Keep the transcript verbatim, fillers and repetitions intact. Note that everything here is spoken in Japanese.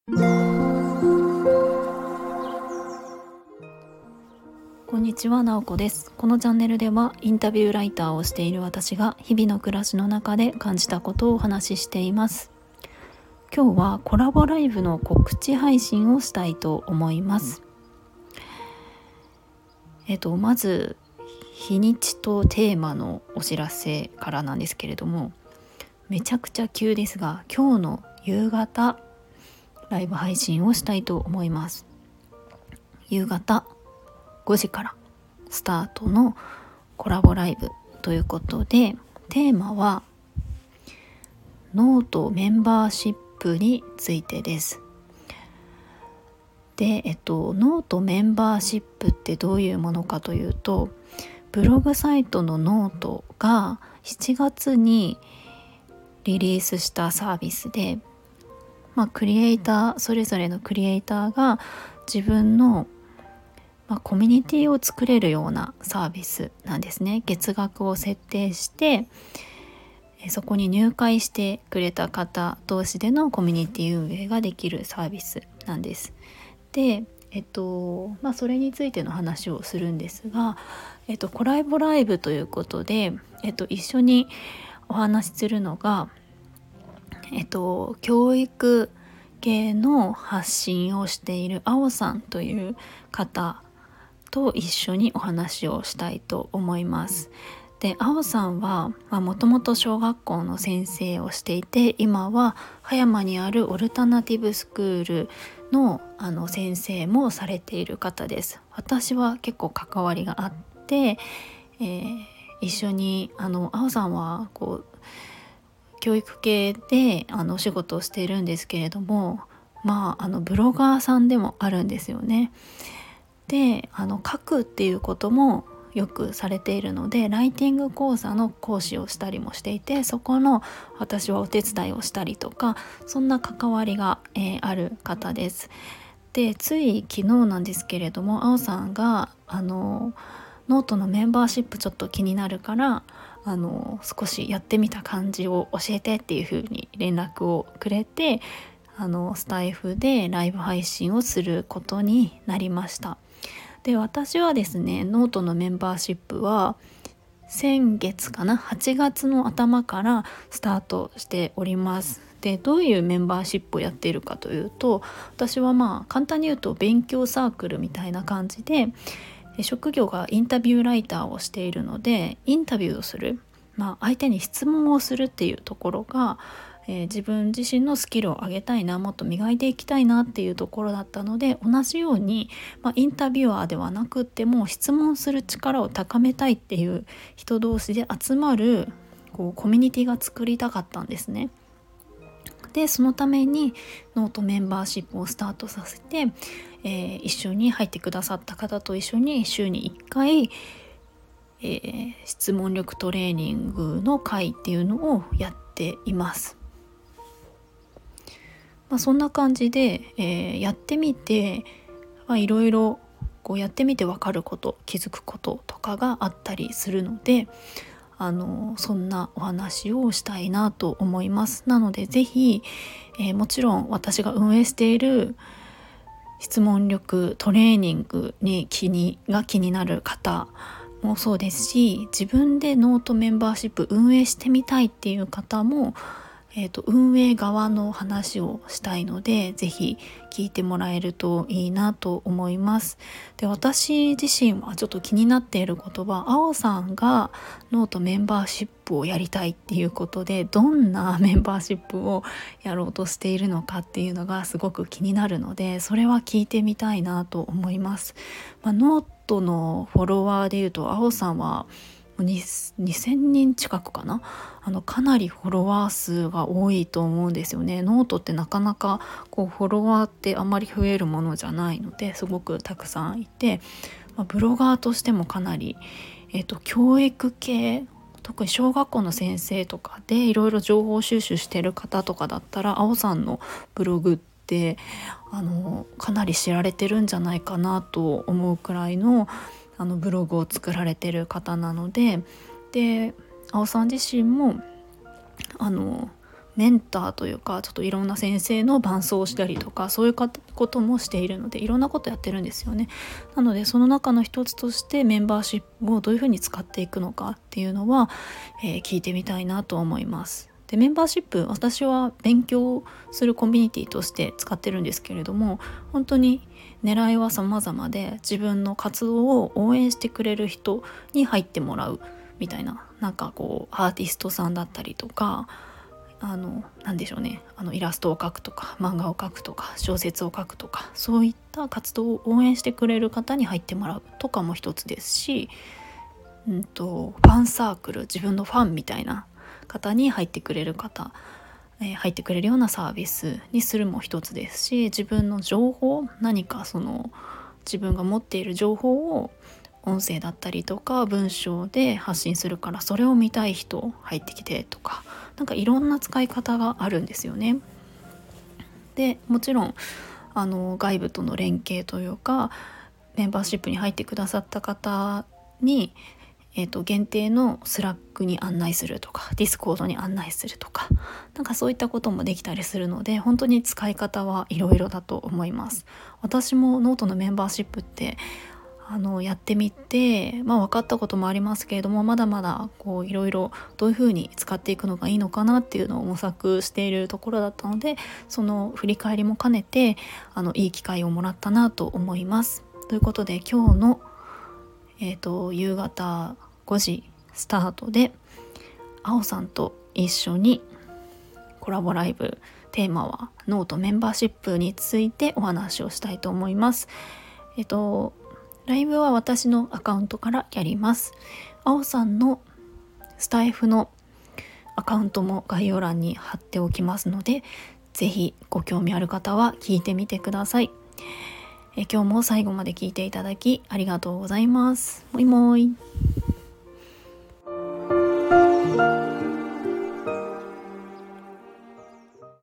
こんにちは、なおこです。このチャンネルではインタビューライターをしている私が日々の暮らしの中で感じたことをお話ししています。今日はコラボライブの告知配信をしたいと思います。えっとまず日にちとテーマのお知らせからなんですけれども、めちゃくちゃ急ですが、今日の夕方ライブ配信をしたいと思います。夕方ごじからスタートのコラボライブということで、テーマはノートメンバーシップについてです。で、えっと、ノートメンバーシップってどういうものかというと、ブログサイトのノートがしちがつにリリースしたサービスで、まあ、クリエイターそれぞれのクリエイターが自分の、まあ、コミュニティを作れるようなサービスなんですね。月額を設定してそこに入会してくれた方同士でのコミュニティ運営ができるサービスなんです。で、えっとまあ、それについての話をするんですが、えっと、コラボライブということで、えっと、一緒にお話しするのが、えっと、教育系の発信をしているあおさんという方と一緒にお話をしたいと思います。で、あおさんはもともと小学校の先生をしていて、今は葉山にあるオルタナティブスクールの、あの先生もされている方です。私は結構関わりがあって、えー、一緒にあのあおさんはこう教育系であのお仕事をしているんですけれども、まああのブロガーさんでもあるんですよね。で、あの書くっていうこともよくされているので、ライティング講座の講師をしたりもしていて、そこの私はお手伝いをしたりとか、そんな関わりが、えー、ある方です。で、つい昨日なんですけれども、あおさんがあのノートのメンバーシップちょっと気になるからあの少しやってみた感じを教えてっていう風に連絡をくれて、あのスタイフでライブ配信をすることになりました。で、私はですね、ノートのメンバーシップは先月かな、はちがつの頭からスタートしております。で、どういうメンバーシップをやっているかというと、私はまあ簡単に言うと勉強サークルみたいな感じで、職業がインタビューライターをしているので、インタビューをする、まあ、相手に質問をするっていうところが、えー、自分自身のスキルを上げたいな、もっと磨いていきたいなっていうところだったので、同じように、まあ、インタビュアーではなくっても質問する力を高めたいっていう人同士で集まるこうコミュニティが作りたかったんですね。で、そのためにノートメンバーシップをスタートさせて、えー、一緒に入ってくださった方と一緒に週にいっかい、えー、質問力トレーニングの会っていうのをやっています。まあ、そんな感じで、えー、やってみていろいろこうやってみて分かること、気づくこととかがあったりするので、あのそんなお話をしたいなと思います。なのでぜひ、えー、もちろん私が運営している質問力トレーニングに気にが気になる方もそうですし、自分でノートメンバーシップ運営してみたいっていう方も、えーと、運営側の話をしたいので、ぜひ聞いてもらえるといいなと思います。で、私自身はちょっと気になっている言葉、あおさんがノートメンバーシップをやりたいっていうことで、どんなメンバーシップをやろうとしているのかっていうのがすごく気になるので、それは聞いてみたいなと思います。まあ、ノートのフォロワーでいうと、あおさんはにせんにん近くかな、あのかなりフォロワー数が多いと思うんですよね。ノートってなかなかこうフォロワーってあんまり増えるものじゃないので、すごくたくさんいて、まあ、ブロガーとしてもかなり、えーと、教育系、特に小学校の先生とかでいろいろ情報収集してる方とかだったら、あおさんのブログってあのかなり知られてるんじゃないかなと思うくらいのあのブログを作られてる方なので、で、あおさん自身もあのメンターというかちょっといろんな先生の伴走をしたりとか、そういうこともしているので、いろんなことやってるんですよね。なのでその中の一つとしてメンバーシップをどういうふうに使っていくのかっていうのは、えー、聞いてみたいなと思います。でメンバーシップ、私は勉強するコミュニティとして使ってるんですけれども、本当に狙いは様々で、自分の活動を応援してくれる人に入ってもらうみたいな、なんかこうアーティストさんだったりとか、あのなんでしょうね、あのイラストを描くとか漫画を描くとか小説を書くとか、そういった活動を応援してくれる方に入ってもらうとかも一つですし、うんとファンサークル、自分のファンみたいな方に入ってくれる方、えー、入ってくれるようなサービスにするも一つですし、自分の情報、何かその自分が持っている情報を音声だったりとか文章で発信するから、それを見たい人入ってきてとか、なんかいろんな使い方があるんですよね。でもちろんあの外部との連携というか、メンバーシップに入ってくださった方にえーと、限定のスラックに案内するとか、ディスコードに案内するとか、なんかそういったこともできたりするので、本当に使い方はいろいろだと思います。私もノートのメンバーシップってあのやってみて、まあ、分かったこともありますけれども、まだまだこういろいろどういうふうに使っていくのがいいのかなっていうのを模索しているところだったので、その振り返りも兼ねてあのいい機会をもらったなと思います。ということで今日の、えーと、夕方ごじスタートであおさんと一緒にコラボライブ、テーマはノートメンバーシップについてお話をしたいと思います。えっとライブは私のアカウントからやります。あおさんのスタイフのアカウントも概要欄に貼っておきますので、ぜひご興味ある方は聞いてみてください。え今日も最後まで聞いていただきありがとうございます。もいもい。